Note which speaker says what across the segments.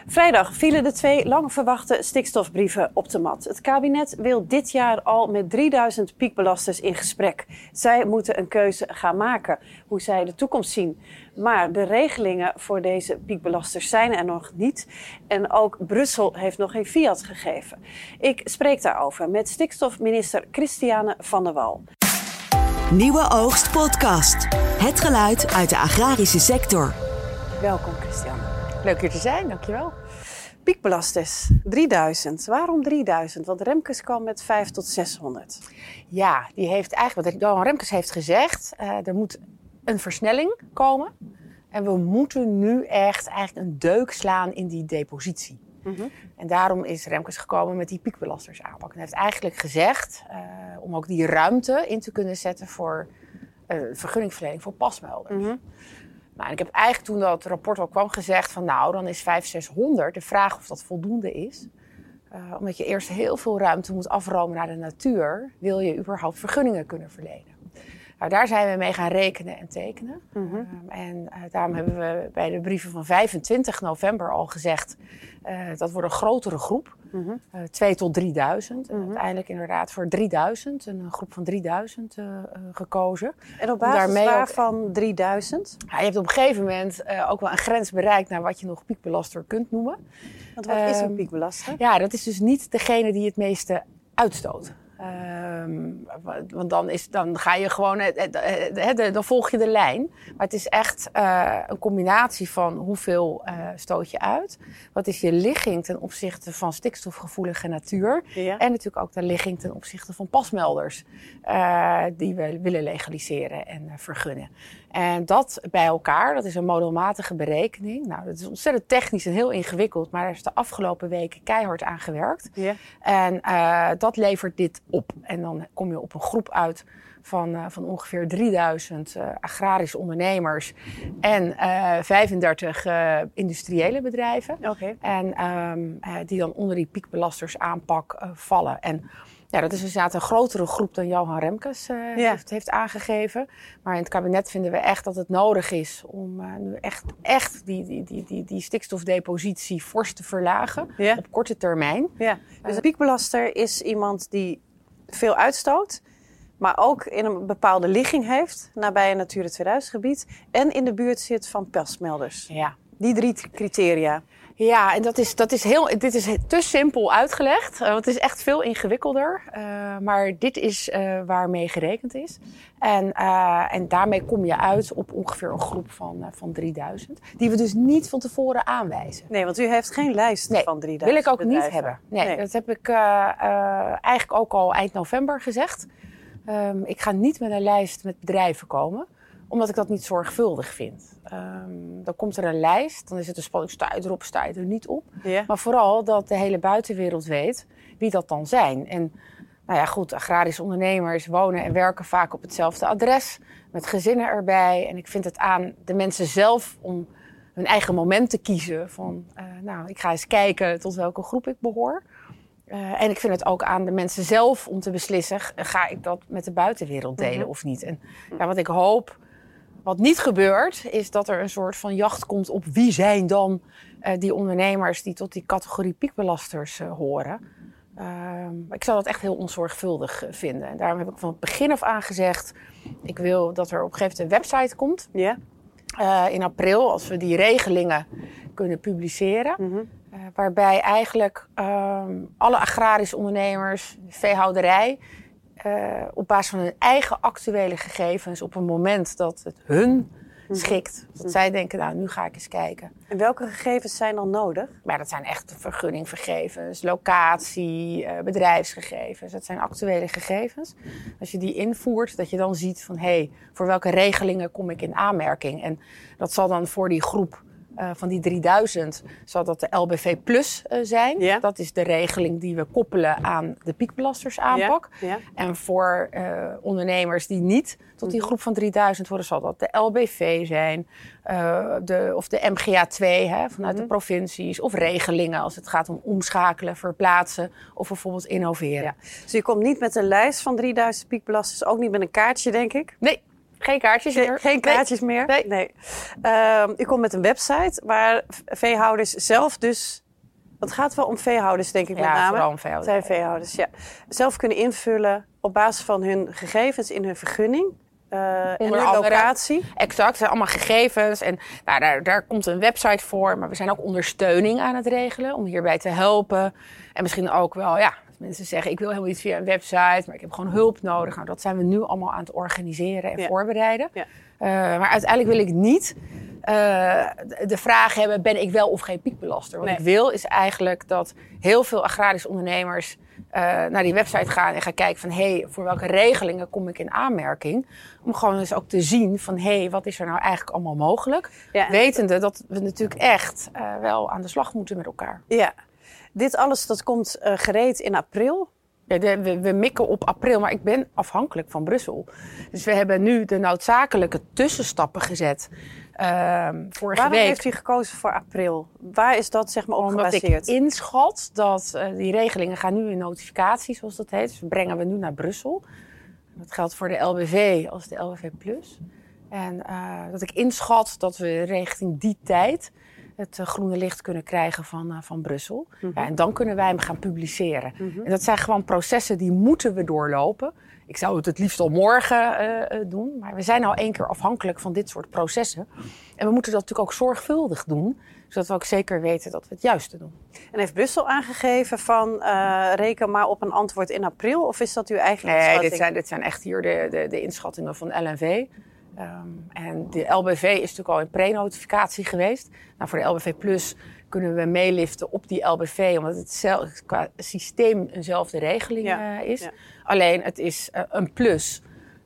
Speaker 1: Vrijdag vielen de 2 lang verwachte stikstofbrieven op de mat. Het kabinet wil dit jaar al met 3000 piekbelasters in gesprek. Zij moeten een keuze gaan maken hoe zij de toekomst zien. Maar de regelingen voor deze piekbelasters zijn er nog niet. En ook Brussel heeft nog geen fiat gegeven. Ik spreek daarover met stikstofminister Christiane van der Wal.
Speaker 2: Nieuwe Oogst podcast. Het geluid uit de agrarische sector.
Speaker 1: Welkom Christiane.
Speaker 3: Leuk hier te zijn, dankjewel.
Speaker 1: Piekbelasters, 3000. Waarom 3000? Want Remkes kwam met 500 tot 600.
Speaker 3: Ja, die heeft eigenlijk, wat Johan Remkes heeft gezegd, er moet een versnelling komen. En we moeten nu echt eigenlijk een deuk slaan in die depositie. Mm-hmm. En daarom is Remkes gekomen met die piekbelasters aanpak. En hij heeft eigenlijk gezegd, om ook die ruimte in te kunnen zetten voor vergunningverlening voor pasmelders. Mm-hmm. Nou, en ik heb eigenlijk toen dat rapport al kwam gezegd van nou, dan is 500-600 de vraag of dat voldoende is. Omdat je eerst heel veel ruimte moet afromen naar de natuur, wil je überhaupt vergunningen kunnen verlenen. Nou, daar zijn we mee gaan rekenen en tekenen. Mm-hmm. Daarom hebben we bij de brieven van 25 november al gezegd, dat wordt een grotere groep. Mm-hmm. 2 tot 3000. Mm-hmm. Uiteindelijk inderdaad voor 3000, een groep van 3000 gekozen.
Speaker 1: En op basis waarvan 3000?
Speaker 3: Ja, je hebt op een gegeven moment ook wel een grens bereikt naar wat je nog piekbelaster kunt noemen.
Speaker 1: Want wat is een piekbelaster?
Speaker 3: Ja, dat is dus niet degene die het meeste uitstoot. Want dan ga je gewoon, dan volg je de lijn. Maar het is echt een combinatie van hoeveel stoot je uit. Wat is je ligging ten opzichte van stikstofgevoelige natuur. Ja. En natuurlijk ook de ligging ten opzichte van pasmelders. Die we willen legaliseren en vergunnen. En dat bij elkaar, dat is een modelmatige berekening. Nou, dat is ontzettend technisch en heel ingewikkeld. Maar daar is de afgelopen weken keihard aan gewerkt. Ja. En dat levert dit op. En dan kom je op een groep uit van ongeveer 3000 agrarische ondernemers en 35 industriële bedrijven. Okay. En die dan onder die piekbelasters aanpak vallen. En ja, dat is inderdaad een grotere groep dan Johan Remkes heeft aangegeven. Maar in het kabinet vinden we echt dat het nodig is om nu echt die stikstofdepositie fors te verlagen op korte termijn.
Speaker 1: Ja. Dus een piekbelaster is iemand die veel uitstoot, maar ook in een bepaalde ligging heeft, nabij een Natura 2000 gebied en in de buurt zit van pasmelders. Ja. Die 3 criteria.
Speaker 3: Ja, en dit is te simpel uitgelegd, want het is echt veel ingewikkelder. Maar dit is waarmee gerekend is. En daarmee kom je uit op ongeveer een groep van 3000. Die we dus niet van tevoren aanwijzen.
Speaker 1: Nee, want u heeft geen lijst van 3000
Speaker 3: wil ik ook
Speaker 1: bedrijven.
Speaker 3: niet hebben. Nee, dat heb ik eigenlijk ook al eind november gezegd. Ik ga niet met een lijst met bedrijven komen, omdat ik dat niet zorgvuldig vind. Dan komt er een lijst, dan is het een spanning, sta je erop, sta je er niet op. Ja. Maar vooral dat de hele buitenwereld weet wie dat dan zijn. En nou ja, goed, agrarische ondernemers wonen en werken vaak op hetzelfde adres, met gezinnen erbij. En ik vind het aan de mensen zelf om hun eigen moment te kiezen. Van, ik ga eens kijken tot welke groep ik behoor. En ik vind het ook aan de mensen zelf om te beslissen, ga ik dat met de buitenwereld delen of niet. En wat ik hoop, wat niet gebeurt, is dat er een soort van jacht komt op wie zijn dan die ondernemers die tot die categorie piekbelasters horen. Ik zou dat echt heel onzorgvuldig vinden. En daarom heb ik van het begin af aan gezegd, ik wil dat er op een gegeven moment een website komt. Yeah. In april, als we die regelingen kunnen publiceren. Mm-hmm. Waarbij eigenlijk alle agrarische ondernemers, veehouderij, op basis van hun eigen actuele gegevens op een moment dat het hun schikt. Dat zij denken, nou, nu ga ik eens kijken.
Speaker 1: En welke gegevens zijn dan nodig?
Speaker 3: Maar dat zijn echt vergunninggegevens, locatie, bedrijfsgegevens. Dat zijn actuele gegevens. Als je die invoert, dat je dan ziet van, voor welke regelingen kom ik in aanmerking? En dat zal dan voor die groep van die 3000 zal dat de LBV Plus zijn. Yeah. Dat is de regeling die we koppelen aan de piekbelastersaanpak. Yeah. Yeah. En voor ondernemers die niet tot die groep van 3000 horen, zal dat de LBV zijn. Of de MGA2 vanuit de provincies. Of regelingen als het gaat om omschakelen, verplaatsen of bijvoorbeeld innoveren.
Speaker 1: Ja. Dus je komt niet met een lijst van 3000 piekbelasters, ook niet met een kaartje, denk ik?
Speaker 3: Nee. Geen kaartjes meer.
Speaker 1: Geen kaartjes meer? Nee. U komt met een website waar veehouders zelf dus... Het gaat wel om veehouders, denk ik, met name. Ja,
Speaker 3: vooral om veehouders.
Speaker 1: Het zijn veehouders, ja. Zelf kunnen invullen op basis van hun gegevens in hun vergunning. En hun locatie.
Speaker 3: Exact, het zijn allemaal gegevens. En nou, daar komt een website voor. Maar we zijn ook ondersteuning aan het regelen om hierbij te helpen. En misschien ook wel, als mensen zeggen, ik wil helemaal niet via een website, maar ik heb gewoon hulp nodig. Nou, dat zijn we nu allemaal aan het organiseren en voorbereiden. Ja. Maar uiteindelijk wil ik niet de vraag hebben, ben ik wel of geen piekbelaster? Wat ik wil is eigenlijk dat heel veel agrarische ondernemers naar die website gaan en gaan kijken van voor welke regelingen kom ik in aanmerking? Om gewoon eens ook te zien van wat is er nou eigenlijk allemaal mogelijk? Ja. Wetende dat we natuurlijk echt wel aan de slag moeten met elkaar.
Speaker 1: Ja, dit alles dat komt gereed in april.
Speaker 3: Ja, we mikken op april, maar ik ben afhankelijk van Brussel. Dus we hebben nu de noodzakelijke tussenstappen gezet. Waarom
Speaker 1: heeft u gekozen voor april? Waar is dat op gebaseerd?
Speaker 3: Omdat ik inschat dat die regelingen gaan nu in notificatie, zoals dat heet. Dus brengen we nu naar Brussel. Dat geldt voor de LBV als de LBV Plus. En dat ik inschat dat we richting die tijd het groene licht kunnen krijgen van Brussel. Mm-hmm. Ja, en dan kunnen wij hem gaan publiceren. Mm-hmm. En dat zijn gewoon processen die moeten we doorlopen. Ik zou het liefst al morgen doen. Maar we zijn al 1 keer afhankelijk van dit soort processen. En we moeten dat natuurlijk ook zorgvuldig doen. Zodat we ook zeker weten dat we het juiste doen.
Speaker 1: En heeft Brussel aangegeven van reken maar op een antwoord in april? Of is dat uw eigen inschatting?
Speaker 3: Nee, dit zijn echt hier de inschattingen van LNV. En de LBV is natuurlijk al in pre-notificatie geweest. Nou, voor de LBV Plus kunnen we meeliften op die LBV, omdat het qua systeem eenzelfde regeling is. Ja. Alleen het is een plus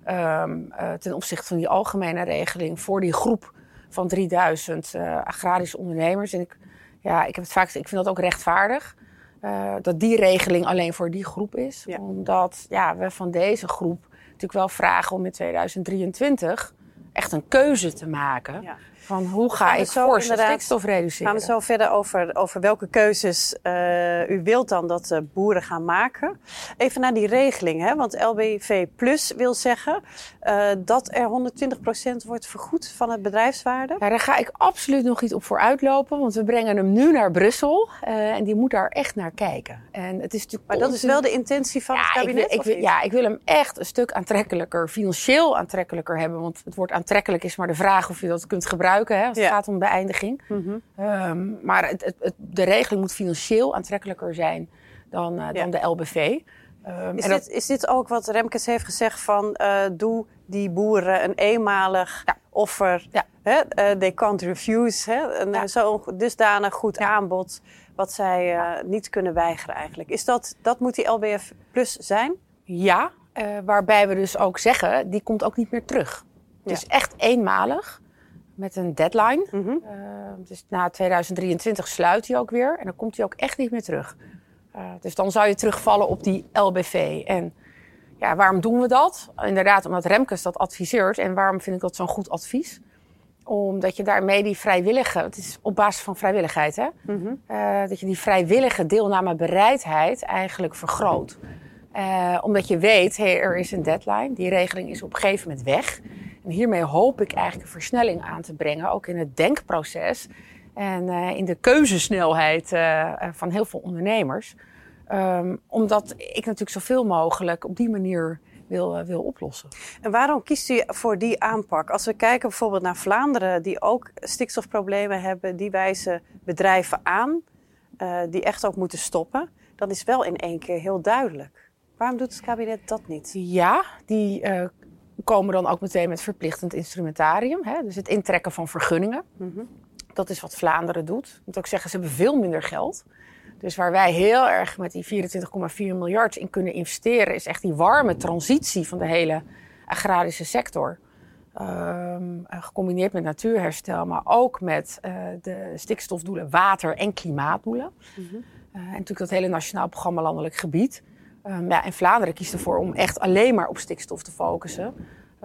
Speaker 3: ten opzichte van die algemene regeling voor die groep van 3000 agrarische ondernemers. En ik heb het vaak, ik vind dat ook rechtvaardig. Dat die regeling alleen voor die groep is. Ja. Omdat we van deze groep natuurlijk wel vragen om in 2023 echt een keuze te maken. Ja. Van hoe ga ik fors stikstof reduceren?
Speaker 1: Gaan we zo verder over welke keuzes u wilt dan dat de boeren gaan maken. Even naar die regeling, hè? Want LBV Plus wil zeggen dat er 120% wordt vergoed van het bedrijfswaarde.
Speaker 3: Ja, daar ga ik absoluut nog niet op vooruitlopen, want we brengen hem nu naar Brussel en die moet daar echt naar kijken. En het is natuurlijk
Speaker 1: maar dat is wel de intentie van het kabinet?
Speaker 3: Ik wil hem echt een stuk aantrekkelijker, financieel aantrekkelijker hebben, want het woord aantrekkelijk is maar de vraag of je dat kunt gebruiken. Als het gaat om beëindiging. Mm-hmm. Maar de regeling moet financieel aantrekkelijker zijn dan de LBV.
Speaker 1: Is dit ook wat Remkes heeft gezegd van doe die boeren een eenmalig offer? Ja. They can't refuse. Zo'n dusdanig goed aanbod wat zij niet kunnen weigeren eigenlijk. Dat moet die LBF Plus zijn?
Speaker 3: Ja, waarbij we dus ook zeggen, die komt ook niet meer terug. Het is echt eenmalig. Met een deadline. Mm-hmm. Dus na 2023 sluit hij ook weer. En dan komt hij ook echt niet meer terug. Dus dan zou je terugvallen op die LBV. En waarom doen we dat? Inderdaad, omdat Remkes dat adviseert. En waarom vind ik dat zo'n goed advies? Omdat je daarmee die vrijwillige... Het is op basis van vrijwilligheid, hè? Mm-hmm. Dat je die vrijwillige deelnamebereidheid eigenlijk vergroot. Omdat je weet, er is een deadline. Die regeling is op een gegeven moment weg. En hiermee hoop ik eigenlijk een versnelling aan te brengen, ook in het denkproces en in de keuzesnelheid van heel veel ondernemers. Omdat ik natuurlijk zoveel mogelijk op die manier wil oplossen.
Speaker 1: En waarom kiest u voor die aanpak? Als we kijken bijvoorbeeld naar Vlaanderen, die ook stikstofproblemen hebben, die wijzen bedrijven aan, die echt ook moeten stoppen. Dat is wel in 1 keer heel duidelijk. Waarom doet het kabinet dat niet?
Speaker 3: Ja, die komen dan ook meteen met verplichtend instrumentarium. Hè? Dus het intrekken van vergunningen. Mm-hmm. Dat is wat Vlaanderen doet. Ik moet ook zeggen, ze hebben veel minder geld. Dus waar wij heel erg met die 24,4 miljard in kunnen investeren, is echt die warme transitie van de hele agrarische sector. Gecombineerd met natuurherstel, maar ook met de stikstofdoelen, water- en klimaatdoelen. Mm-hmm. En natuurlijk dat hele nationaal programma Landelijk Gebied. En Vlaanderen kiest ervoor om echt alleen maar op stikstof te focussen.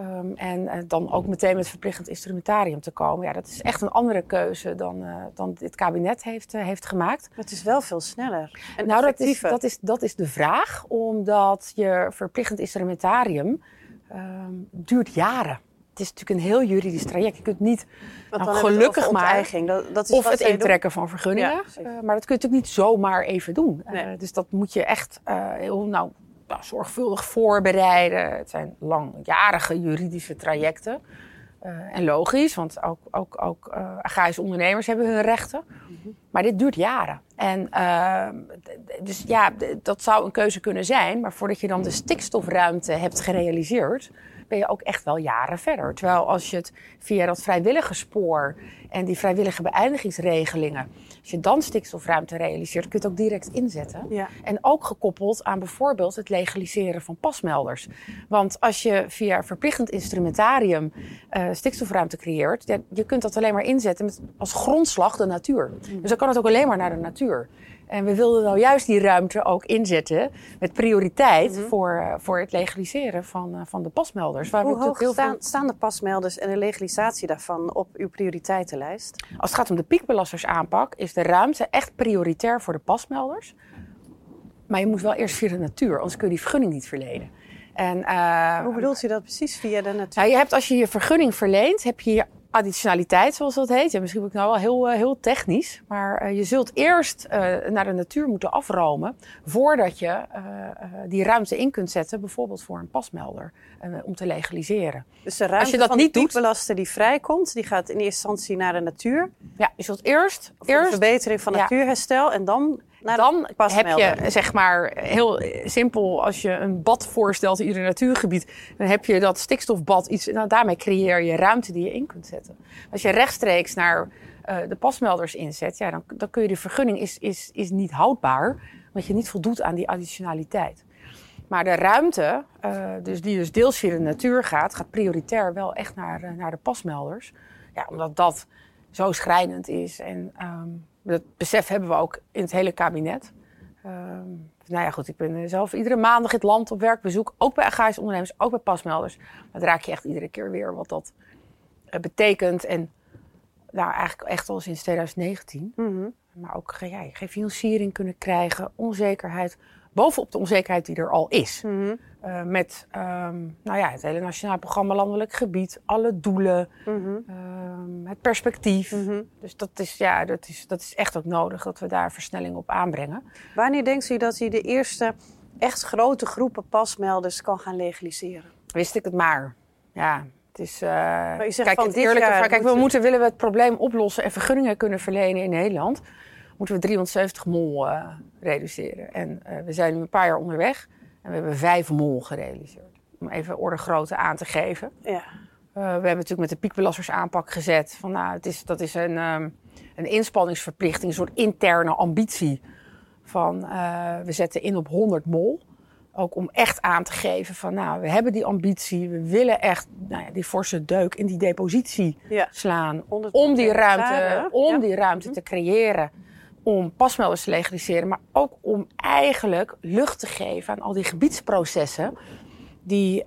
Speaker 3: En dan ook meteen met verplichtend instrumentarium te komen. Ja, dat is echt een andere keuze dan dit kabinet heeft gemaakt.
Speaker 1: Maar het is wel veel sneller en
Speaker 3: dat is de vraag. Omdat je verplichtend instrumentarium duurt jaren. het is natuurlijk een heel juridisch traject. Je kunt niet
Speaker 1: gelukkig maar dat is
Speaker 3: of het intrekken van vergunningen.
Speaker 1: Ja,
Speaker 3: maar dat kun je natuurlijk niet zomaar even doen.
Speaker 1: Nee.
Speaker 3: Dus dat moet je echt heel zorgvuldig voorbereiden. Het zijn langjarige juridische trajecten. En logisch, want ook agrarische ondernemers hebben hun rechten. Mm-hmm. Maar dit duurt jaren. En dus ja, dat zou een keuze kunnen zijn. Maar voordat je dan de stikstofruimte hebt gerealiseerd, ben je ook echt wel jaren verder. Terwijl als je het via dat vrijwillige spoor en die vrijwillige beëindigingsregelingen, als je dan stikstofruimte realiseert, kun je het ook direct inzetten. Ja. En ook gekoppeld aan bijvoorbeeld het legaliseren van pasmelders. Want als je via verplichtend instrumentarium stikstofruimte creëert, je kunt dat alleen maar inzetten met als grondslag de natuur. Dus dan kan het ook alleen maar naar de natuur. En we wilden nou juist die ruimte ook inzetten met prioriteit voor het legaliseren van de pasmelders.
Speaker 1: Hoe hoog staan de pasmelders en de legalisatie daarvan op uw prioriteitenlijst?
Speaker 3: Als het gaat om de piekbelastersaanpak is de ruimte echt prioritair voor de pasmelders. Maar je moet wel eerst via de natuur, anders kun je die vergunning niet verlenen. En,
Speaker 1: hoe bedoelt u dat precies, via de natuur?
Speaker 3: Nou, je hebt, als je je vergunning verleent, heb je additionaliteit, zoals dat heet. Ja, misschien ben ik nou wel heel technisch. Maar je zult eerst naar de natuur moeten afromen voordat je die ruimte in kunt zetten, bijvoorbeeld voor een pasmelder, om te legaliseren.
Speaker 1: Dus de ruimte als je dat van niet de piekbelaster die vrijkomt, die gaat in eerste instantie naar de natuur?
Speaker 3: Ja, je zult eerst
Speaker 1: de verbetering van natuurherstel en dan naar de pasmelder.
Speaker 3: Heb je, zeg maar, heel simpel, als je een bad voorstelt in ieder natuurgebied, dan heb je dat stikstofbad, daarmee creëer je ruimte die je in kunt zetten. Als je rechtstreeks naar de pasmelders inzet, ja, dan kun je de vergunning is niet houdbaar, omdat je niet voldoet aan die additionaliteit. Maar de ruimte, die dus deels via de natuur gaat prioritair wel echt naar de pasmelders. Ja, omdat dat zo schrijnend is. En dat besef hebben we ook in het hele kabinet. Nou ja, goed, ik ben zelf iedere maandag in het land op werkbezoek. Ook bij agrarische ondernemers, ook bij pasmelders. Maar dan raak je echt iedere keer weer wat dat betekent. En nou, eigenlijk echt al sinds 2019. Mm-hmm. Maar ook geen financiering kunnen krijgen. Onzekerheid. Bovenop de onzekerheid die er al is. Mm-hmm. Met het hele Nationaal Programma Landelijk Gebied. Alle doelen. Mm-hmm. Het perspectief. Mm-hmm. Dus dat is echt ook nodig dat we daar versnelling op aanbrengen.
Speaker 1: Wanneer denkt u dat u de eerste echt grote groepen pasmelders kan gaan legaliseren?
Speaker 3: Wist ik het maar. Ja. Het is,
Speaker 1: maar u zegt van dit jaar...
Speaker 3: willen we het probleem oplossen en vergunningen kunnen verlenen in Nederland, moeten we 370 mol reduceren. En we zijn nu een paar jaar onderweg en we hebben 5 mol gerealiseerd. Om even orde grootte aan te geven. Ja. We hebben natuurlijk met de piekbelastersaanpak gezet van dat is een inspanningsverplichting, een soort interne ambitie van we zetten in op 100 mol. Ook om echt aan te geven van we hebben die ambitie. We willen echt die forse deuk in die depositie slaan. Om die ruimte te creëren. Om pasmelders te legaliseren. Maar ook om eigenlijk lucht te geven aan al die gebiedsprocessen. Die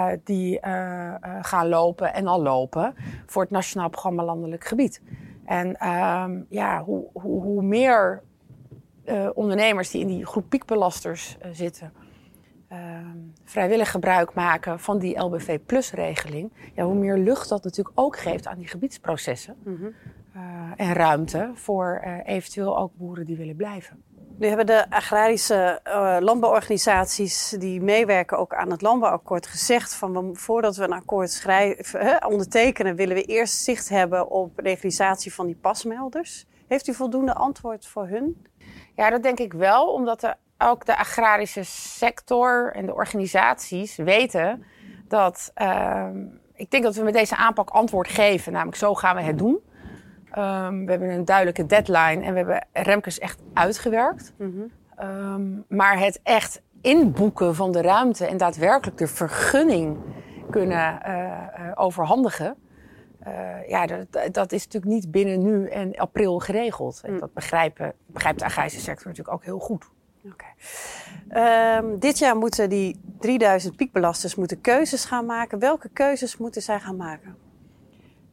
Speaker 3: gaan lopen en al lopen. Voor het Nationaal Programma Landelijk Gebied. En hoe meer ondernemers die in die groep piekbelasters zitten, vrijwillig gebruik maken van die LBV Plus-regeling, hoe meer lucht dat natuurlijk ook geeft aan die gebiedsprocessen. Mm-hmm. En ruimte voor eventueel ook boeren die willen blijven.
Speaker 1: Nu hebben de agrarische landbouworganisaties die meewerken ook aan het landbouwakkoord gezegd van voordat we een akkoord ondertekenen, willen we eerst zicht hebben op legalisatie van die pasmelders. Heeft u voldoende antwoord voor hun?
Speaker 3: Ja, dat denk ik wel, omdat ook de agrarische sector en de organisaties weten dat ik denk dat we met deze aanpak antwoord geven. Namelijk, zo gaan we het doen. We hebben een duidelijke deadline en we hebben Remkes echt uitgewerkt. Mm-hmm. Maar het echt inboeken van de ruimte en daadwerkelijk de vergunning kunnen overhandigen, dat is natuurlijk niet binnen nu en april geregeld. En dat begrijpt de agrarische sector natuurlijk ook heel goed.
Speaker 1: Okay. Dit jaar moeten die 3000 piekbelasters keuzes gaan maken. Welke keuzes moeten zij gaan maken?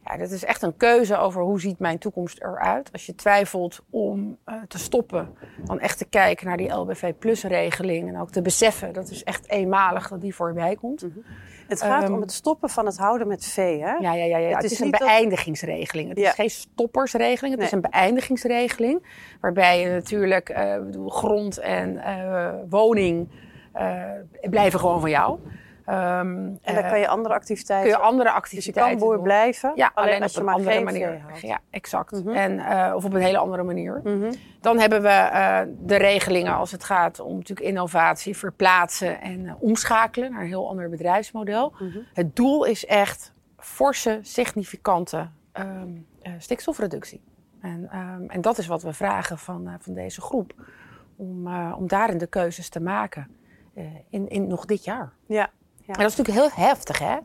Speaker 3: Ja, dat is echt een keuze over hoe ziet mijn toekomst eruit. Als je twijfelt om te stoppen, dan echt te kijken naar die LBV Plus regeling. En ook te beseffen, dat is echt eenmalig dat die voorbij komt.
Speaker 1: Mm-hmm. Het gaat om het stoppen van het houden met vee, hè?
Speaker 3: Ja. Het is een beëindigingsregeling. Het is geen stoppersregeling, het is een beëindigingsregeling. Waarbij je natuurlijk grond en woning blijven gewoon van jou.
Speaker 1: En dan kan je andere activiteiten...
Speaker 3: Dus je kan
Speaker 1: boer blijven,
Speaker 3: ja,
Speaker 1: alleen als
Speaker 3: op
Speaker 1: je
Speaker 3: een
Speaker 1: maar
Speaker 3: andere
Speaker 1: geen
Speaker 3: manier.
Speaker 1: vee houdt.
Speaker 3: Ja, exact.
Speaker 1: Mm-hmm.
Speaker 3: Of op een hele andere manier.
Speaker 1: Mm-hmm.
Speaker 3: Dan hebben we de regelingen als het gaat om natuurlijk innovatie, verplaatsen en omschakelen naar een heel ander bedrijfsmodel.
Speaker 1: Mm-hmm.
Speaker 3: Het doel is echt forse, significante stikstofreductie. En dat is wat we vragen van deze groep. Om daarin de keuzes te maken in nog dit jaar.
Speaker 1: Ja.
Speaker 3: En dat is natuurlijk heel heftig, hè?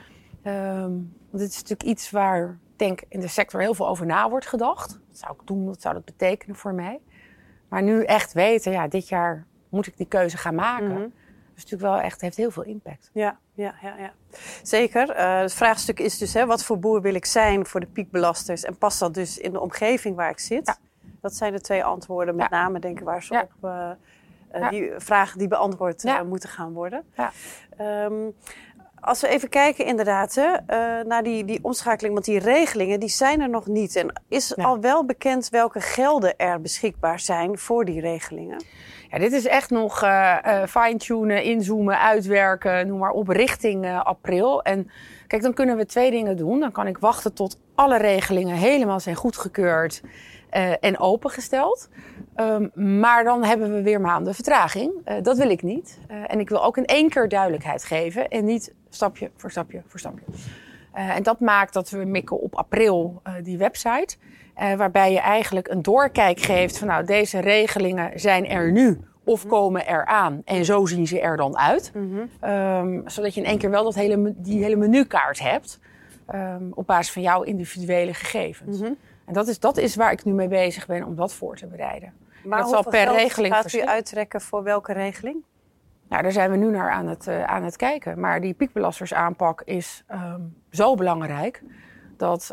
Speaker 3: Want dit is natuurlijk iets waar, ik denk, in de sector heel veel over na wordt gedacht. Wat zou ik doen? Wat zou dat betekenen voor mij? Maar nu echt weten, ja, dit jaar moet ik die keuze gaan maken.
Speaker 1: Mm-hmm.
Speaker 3: Dat is natuurlijk wel echt, heeft heel veel impact.
Speaker 1: Ja. Zeker. Het vraagstuk is dus, wat voor boer wil ik zijn voor de piekbelasters? En past dat dus in de omgeving waar ik zit? Ja. Dat zijn de 2 antwoorden, met name denk ik, waar ze op... die vragen die beantwoord moeten gaan worden. Ja. Als we even kijken inderdaad naar die omschakeling, want die regelingen die zijn er nog niet. En is al wel bekend welke gelden er beschikbaar zijn voor die regelingen?
Speaker 3: Ja, dit is echt nog fine-tunen, inzoomen, uitwerken, noem maar op, richting april. En kijk, dan kunnen we 2 dingen doen. Dan kan ik wachten tot alle regelingen helemaal zijn goedgekeurd en opengesteld. Maar dan hebben we weer maanden vertraging. Dat wil ik niet. En ik wil ook in 1 keer duidelijkheid geven en niet stapje voor stapje voor stapje. En dat maakt dat we mikken op april die website. Waarbij je eigenlijk een doorkijk geeft van nou, deze regelingen zijn er nu of komen eraan. En zo zien ze er dan uit. Mm-hmm. Zodat je in 1 keer wel die hele menukaart hebt. Op basis van jouw individuele gegevens. Mm-hmm. En dat is waar ik nu mee bezig ben om dat voor te bereiden.
Speaker 1: Maar dat zal per regeling gaat u uittrekken voor welke regeling?
Speaker 3: Nou, daar zijn we nu naar aan het kijken. Maar die piekbelastersaanpak is zo belangrijk dat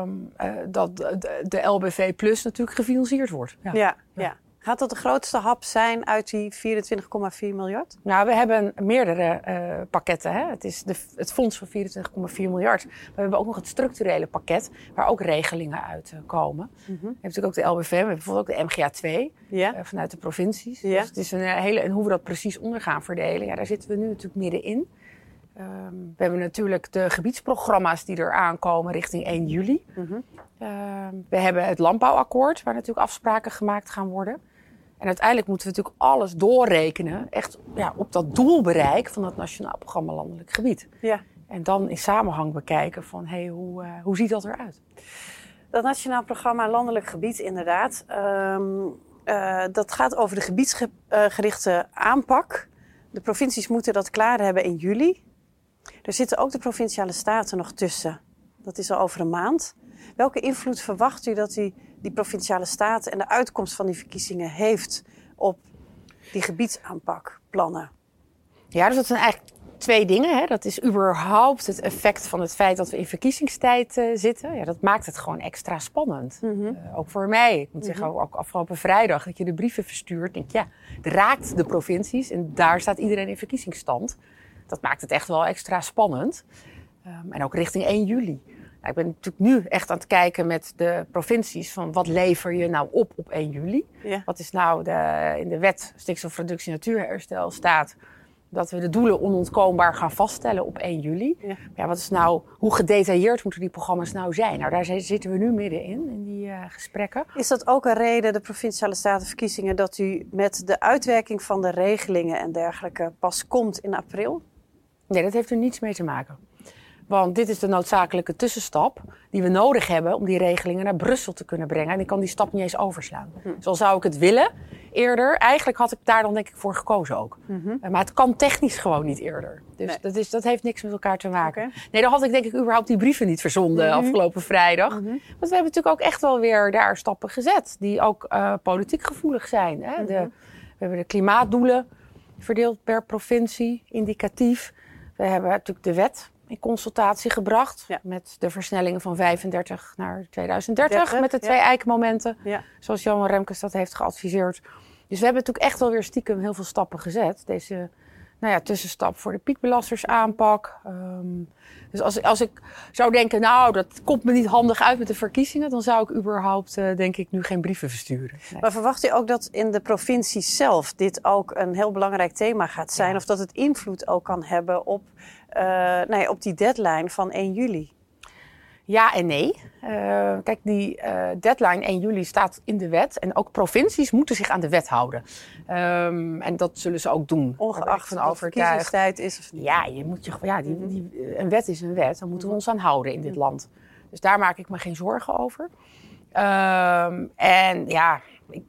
Speaker 3: de LBV Plus natuurlijk gefinancierd wordt. Ja.
Speaker 1: Gaat dat de grootste hap zijn uit die 24,4 miljard?
Speaker 3: Nou, we hebben meerdere pakketten. Hè? Het is het fonds van 24,4 miljard. Maar we hebben ook nog het structurele pakket waar ook regelingen uitkomen. Mm-hmm. We hebben natuurlijk ook de LBV, we hebben bijvoorbeeld ook de MGA 2 vanuit de provincies. Ja. Dus het is en hoe we dat precies onder gaan verdelen, daar zitten we nu natuurlijk middenin. We hebben natuurlijk de gebiedsprogramma's die er aankomen richting 1 juli. Mm-hmm. We hebben het landbouwakkoord waar natuurlijk afspraken gemaakt gaan worden. En uiteindelijk moeten we natuurlijk alles doorrekenen, echt op dat doelbereik van het Nationaal Programma Landelijk Gebied. Ja. En dan in samenhang bekijken van, hoe ziet dat eruit?
Speaker 1: Dat Nationaal Programma Landelijk Gebied, inderdaad, dat gaat over de gebiedsgerichte aanpak. De provincies moeten dat klaar hebben in juli. Er zitten ook de Provinciale Staten nog tussen. Dat is al over een maand. Welke invloed verwacht u dat die Provinciale Staten en de uitkomst van die verkiezingen heeft op die gebiedsaanpakplannen?
Speaker 3: Ja, dus dat zijn eigenlijk 2 dingen. Hè. Dat is überhaupt het effect van het feit dat we in verkiezingstijd zitten. Ja, dat maakt het gewoon extra spannend. Mm-hmm. Ook voor mij. Ik moet zeggen, ook afgelopen vrijdag dat je de brieven verstuurt. Denk het raakt de provincies en daar staat iedereen in verkiezingsstand. Dat maakt het echt wel extra spannend. En ook richting 1 juli. Ik ben natuurlijk nu echt aan het kijken met de provincies van wat lever je nou op 1 juli. Ja. Wat is nou in de wet stikstofreductie natuurherstel staat dat we de doelen onontkoombaar gaan vaststellen op 1 juli. Ja. Wat is nou, hoe gedetailleerd moeten die programma's nou zijn? Nou, daar zitten we nu middenin, in die gesprekken.
Speaker 1: Is dat ook een reden, de Provinciale Statenverkiezingen, dat u met de uitwerking van de regelingen en dergelijke pas komt in april?
Speaker 3: Nee, dat heeft er niets mee te maken. Want dit is de noodzakelijke tussenstap die we nodig hebben om die regelingen naar Brussel te kunnen brengen. En ik kan die stap niet eens overslaan. Zo zou ik het willen eerder. Eigenlijk had ik daar dan denk ik voor gekozen ook. Mm-hmm. Maar het kan technisch gewoon niet eerder. Dus dat heeft niks met elkaar te maken. Okay. Nee, dan had ik denk ik überhaupt die brieven niet verzonden afgelopen vrijdag. Mm-hmm. Want we hebben natuurlijk ook echt wel weer daar stappen gezet die ook politiek gevoelig zijn. Hè? We hebben de klimaatdoelen verdeeld per provincie, indicatief. We hebben natuurlijk de wet in consultatie gebracht.
Speaker 1: Ja.
Speaker 3: Met de versnellingen van 35 naar 2030. Met de 2 eikenmomenten.
Speaker 1: Ja.
Speaker 3: Zoals Johan Remkes dat heeft geadviseerd. Dus we hebben natuurlijk echt wel weer stiekem heel veel stappen gezet. Deze tussenstap voor de piekbelastersaanpak. Dus als ik zou denken, nou, dat komt me niet handig uit met de verkiezingen, dan zou ik überhaupt, denk ik, nu geen brieven versturen. Nee.
Speaker 1: Maar verwacht u ook dat in de provincie zelf dit ook een heel belangrijk thema gaat zijn? Ja. Of dat het invloed ook kan hebben op die deadline van 1 juli?
Speaker 3: Ja en nee. Kijk, die deadline 1 juli staat in de wet. En ook provincies moeten zich aan de wet houden. En dat zullen ze ook doen.
Speaker 1: Ongeacht of het verkiezingstijd is of niet.
Speaker 3: Ja, een wet is een wet. Daar moeten we ons aan houden in dit land. Dus daar maak ik me geen zorgen over. En ja,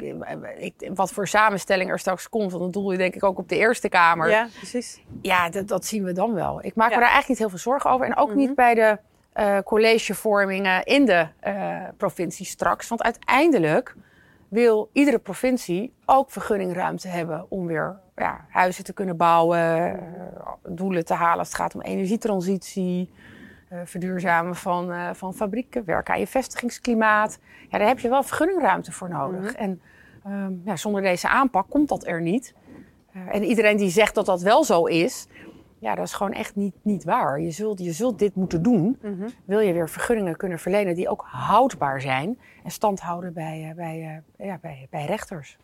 Speaker 3: wat voor samenstelling er straks komt, want dan doel je denk ik ook op de Eerste Kamer.
Speaker 1: Ja, precies.
Speaker 3: Ja, dat zien we dan wel. Ik maak me daar eigenlijk niet heel veel zorgen over. En ook niet bij de collegevormingen in de provincie straks. Want uiteindelijk wil iedere provincie ook vergunningruimte hebben om weer huizen te kunnen bouwen, doelen te halen als het gaat om energietransitie, verduurzamen van fabrieken, werken aan je vestigingsklimaat. Ja, daar heb je wel vergunningruimte voor nodig. En zonder deze aanpak komt dat er niet. En iedereen die zegt dat dat wel zo is, ja, dat is gewoon echt niet waar. Je zult dit moeten doen. Wil je weer vergunningen kunnen verlenen die ook houdbaar zijn en stand houden bij rechters.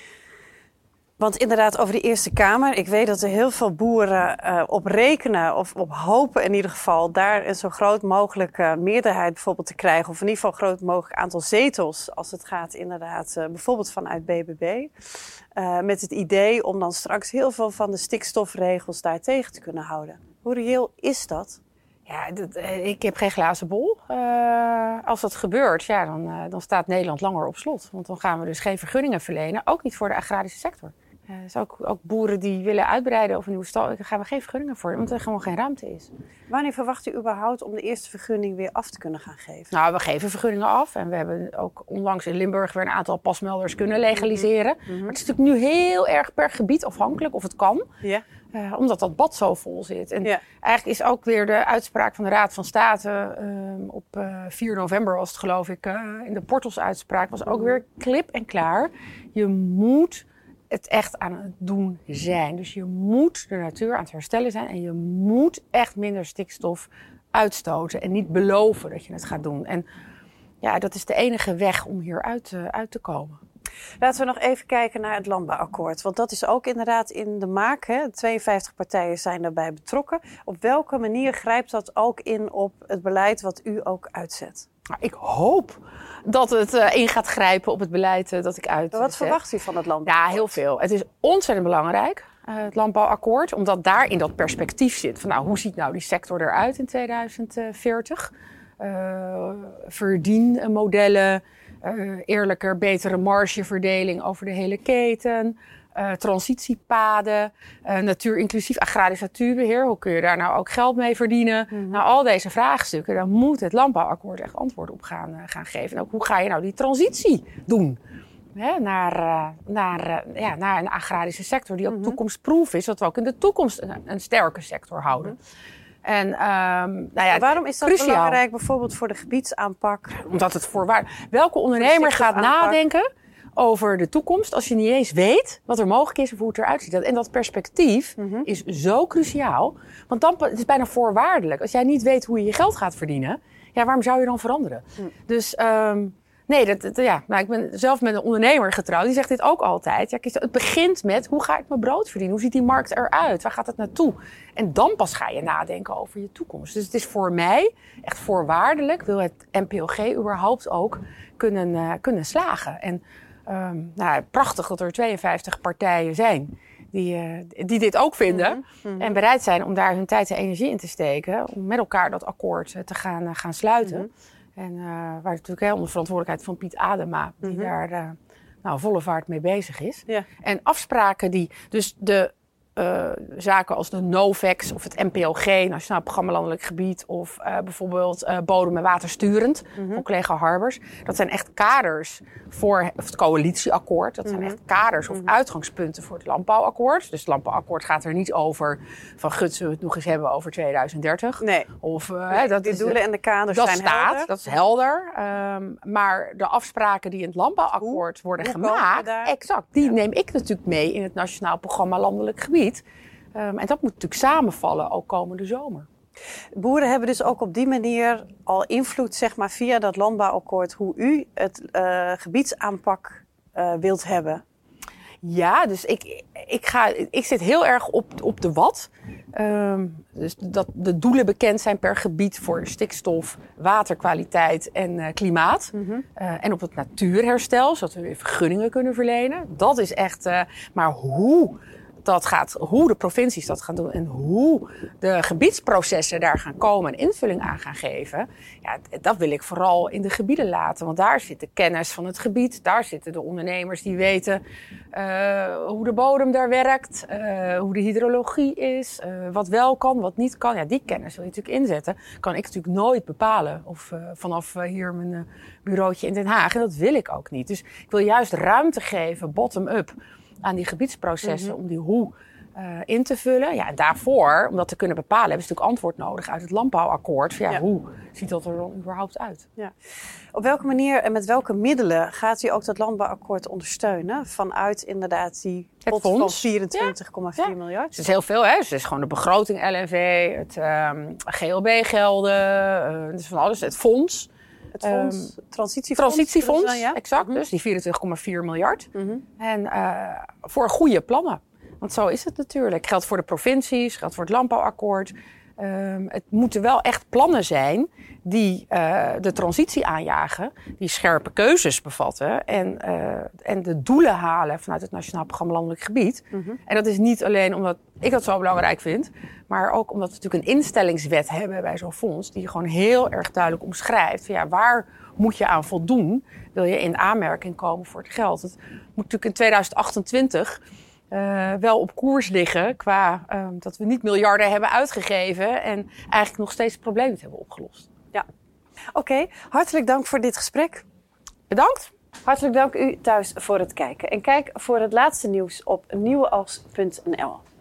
Speaker 1: Want inderdaad, over de Eerste Kamer. Ik weet dat er heel veel boeren op rekenen of op hopen in ieder geval daar een zo groot mogelijke meerderheid bijvoorbeeld te krijgen. Of in ieder geval een groot mogelijk aantal zetels als het gaat inderdaad bijvoorbeeld vanuit BBB. Met het idee om dan straks heel veel van de stikstofregels daar tegen te kunnen houden. Hoe reëel is dat?
Speaker 3: Ja, ik heb geen glazen bol. Als dat gebeurt, dan staat Nederland langer op slot. Want dan gaan we dus geen vergunningen verlenen. Ook niet voor de agrarische sector. Dus ook boeren die willen uitbreiden of een nieuwe stal, daar gaan we geen vergunningen voor, omdat er gewoon geen ruimte is.
Speaker 1: Wanneer verwacht u überhaupt om de eerste vergunning weer af te kunnen gaan geven?
Speaker 3: Nou, we geven vergunningen af. En we hebben ook onlangs in Limburg weer een aantal pasmelders kunnen legaliseren. Maar het is natuurlijk nu heel erg per gebied afhankelijk of het kan. Ja. Omdat dat bad zo vol zit. En eigenlijk is ook weer de uitspraak van de Raad van State op 4 november was het geloof ik. In de Portals-uitspraak was ook weer klip en klaar. Je moet het echt aan het doen zijn. Dus je moet de natuur aan het herstellen zijn. En je moet echt minder stikstof uitstoten. En niet beloven dat je het gaat doen. En ja, dat is de enige weg om hier uit te komen.
Speaker 1: Laten we nog even kijken naar het landbouwakkoord. Want dat is ook inderdaad in de maak. Hè? 52 partijen zijn daarbij betrokken. Op welke manier grijpt dat ook in op het beleid wat u ook uitzet?
Speaker 3: Nou, ik hoop dat het in gaat grijpen op het beleid dat ik uitzet.
Speaker 1: Maar wat verwacht u van het landbouwakkoord?
Speaker 3: Ja, heel veel. Het is ontzettend belangrijk, het landbouwakkoord. Omdat daarin dat perspectief zit. Van, hoe ziet nou die sector eruit in 2040? Verdienmodellen, eerlijker, betere margeverdeling over de hele keten. Transitiepaden, natuurinclusief agrarisch natuurbeheer. Hoe kun je daar nou ook geld mee verdienen? Nou, al deze vraagstukken, daar moet het landbouwakkoord echt antwoord op gaan geven. En ook hoe ga je nou die transitie doen? Naar een agrarische sector die ook toekomstproof is. Dat we ook in de toekomst een sterke sector houden. En,
Speaker 1: waarom is dat cruciaal belangrijk bijvoorbeeld voor de gebiedsaanpak?
Speaker 3: Omdat het welke ondernemer gaat nadenken over de toekomst als je niet eens weet wat er mogelijk is of hoe het eruit ziet. En dat perspectief is zo cruciaal. Want dan het is bijna voorwaardelijk. Als jij niet weet hoe je je geld gaat verdienen, waarom zou je dan veranderen? Dus ik ben zelf met een ondernemer getrouwd. Die zegt dit ook altijd. Het begint met, hoe ga ik mijn brood verdienen? Hoe ziet die markt eruit? Waar gaat het naartoe? En dan pas ga je nadenken over je toekomst. Dus het is voor mij echt voorwaardelijk. Wil het NPOG überhaupt ook kunnen slagen? En prachtig dat er 52 partijen zijn die dit ook vinden. En bereid zijn om daar hun tijd en energie in te steken. Om met elkaar dat akkoord te gaan sluiten. En waar natuurlijk onder verantwoordelijkheid van Piet Adema, die daar volle vaart mee bezig is. Ja. En afspraken die, dus de zaken als de NOVEX of het NPOG, Nationaal Programma Landelijk Gebied, of bijvoorbeeld bodem- en watersturend, voor collega Harbers. Dat zijn echt kaders voor het coalitieakkoord. Dat zijn echt kaders of uitgangspunten voor het landbouwakkoord. Dus het landbouwakkoord gaat er niet over van gut, zullen we het nog eens hebben over 2030.
Speaker 1: Nee.
Speaker 3: Of,
Speaker 1: de doelen en de kaders zijn helder.
Speaker 3: Dat is helder. Maar de afspraken die in het landbouwakkoord worden gemaakt, exact, die neem ik natuurlijk mee in het Nationaal Programma Landelijk Gebied. En dat moet natuurlijk samenvallen, ook komende zomer.
Speaker 1: Boeren hebben dus ook op die manier al invloed, zeg maar, via dat landbouwakkoord, hoe u het gebiedsaanpak wilt hebben.
Speaker 3: Ja, dus ik zit heel erg op de wat. Dus dat de doelen bekend zijn per gebied voor stikstof, waterkwaliteit en klimaat. En op het natuurherstel, zodat we weer vergunningen kunnen verlenen. Dat is echt, maar hoe dat gaat, hoe de provincies dat gaan doen en hoe de gebiedsprocessen daar gaan komen en invulling aan gaan geven. Ja, dat wil ik vooral in de gebieden laten. Want daar zit de kennis van het gebied. Daar zitten de ondernemers die weten hoe de bodem daar werkt. Hoe de hydrologie is. Wat wel kan, wat niet kan. Ja, die kennis wil je natuurlijk inzetten. Kan ik natuurlijk nooit bepalen. Of vanaf hier mijn bureautje in Den Haag. En dat wil ik ook niet. Dus ik wil juist ruimte geven, bottom-up, aan die gebiedsprocessen om die hoe in te vullen. Ja, en daarvoor, om dat te kunnen bepalen, hebben ze natuurlijk antwoord nodig uit het landbouwakkoord. Van, hoe ziet dat er dan überhaupt uit? Ja.
Speaker 1: Op welke manier en met welke middelen gaat u ook dat landbouwakkoord ondersteunen? Vanuit inderdaad die pot van 24,4 miljard?
Speaker 3: Het is heel veel, hè? Dus het is gewoon de begroting LNV, het GLB-gelden, dus van alles, het fonds.
Speaker 1: Het fonds, transitiefonds,
Speaker 3: ja. Exact. Dus die 24,4 miljard. En voor goede plannen. Want zo is het natuurlijk. Geldt voor de provincies, geldt voor het landbouwakkoord. Het moeten wel echt plannen zijn die de transitie aanjagen, die scherpe keuzes bevatten en de doelen halen vanuit het Nationaal Programma Landelijk Gebied. En dat is niet alleen omdat ik dat zo belangrijk vind, maar ook omdat we natuurlijk een instellingswet hebben bij zo'n fonds die gewoon heel erg duidelijk omschrijft van, waar moet je aan voldoen, wil je in aanmerking komen voor het geld. Het moet natuurlijk in 2028 wel op koers liggen qua dat we niet miljarden hebben uitgegeven en eigenlijk nog steeds het probleem niet hebben opgelost.
Speaker 1: Ja. Oké, hartelijk dank voor dit gesprek.
Speaker 3: Bedankt.
Speaker 1: Hartelijk dank u thuis voor het kijken. En kijk voor het laatste nieuws op nieuweoogst.nl.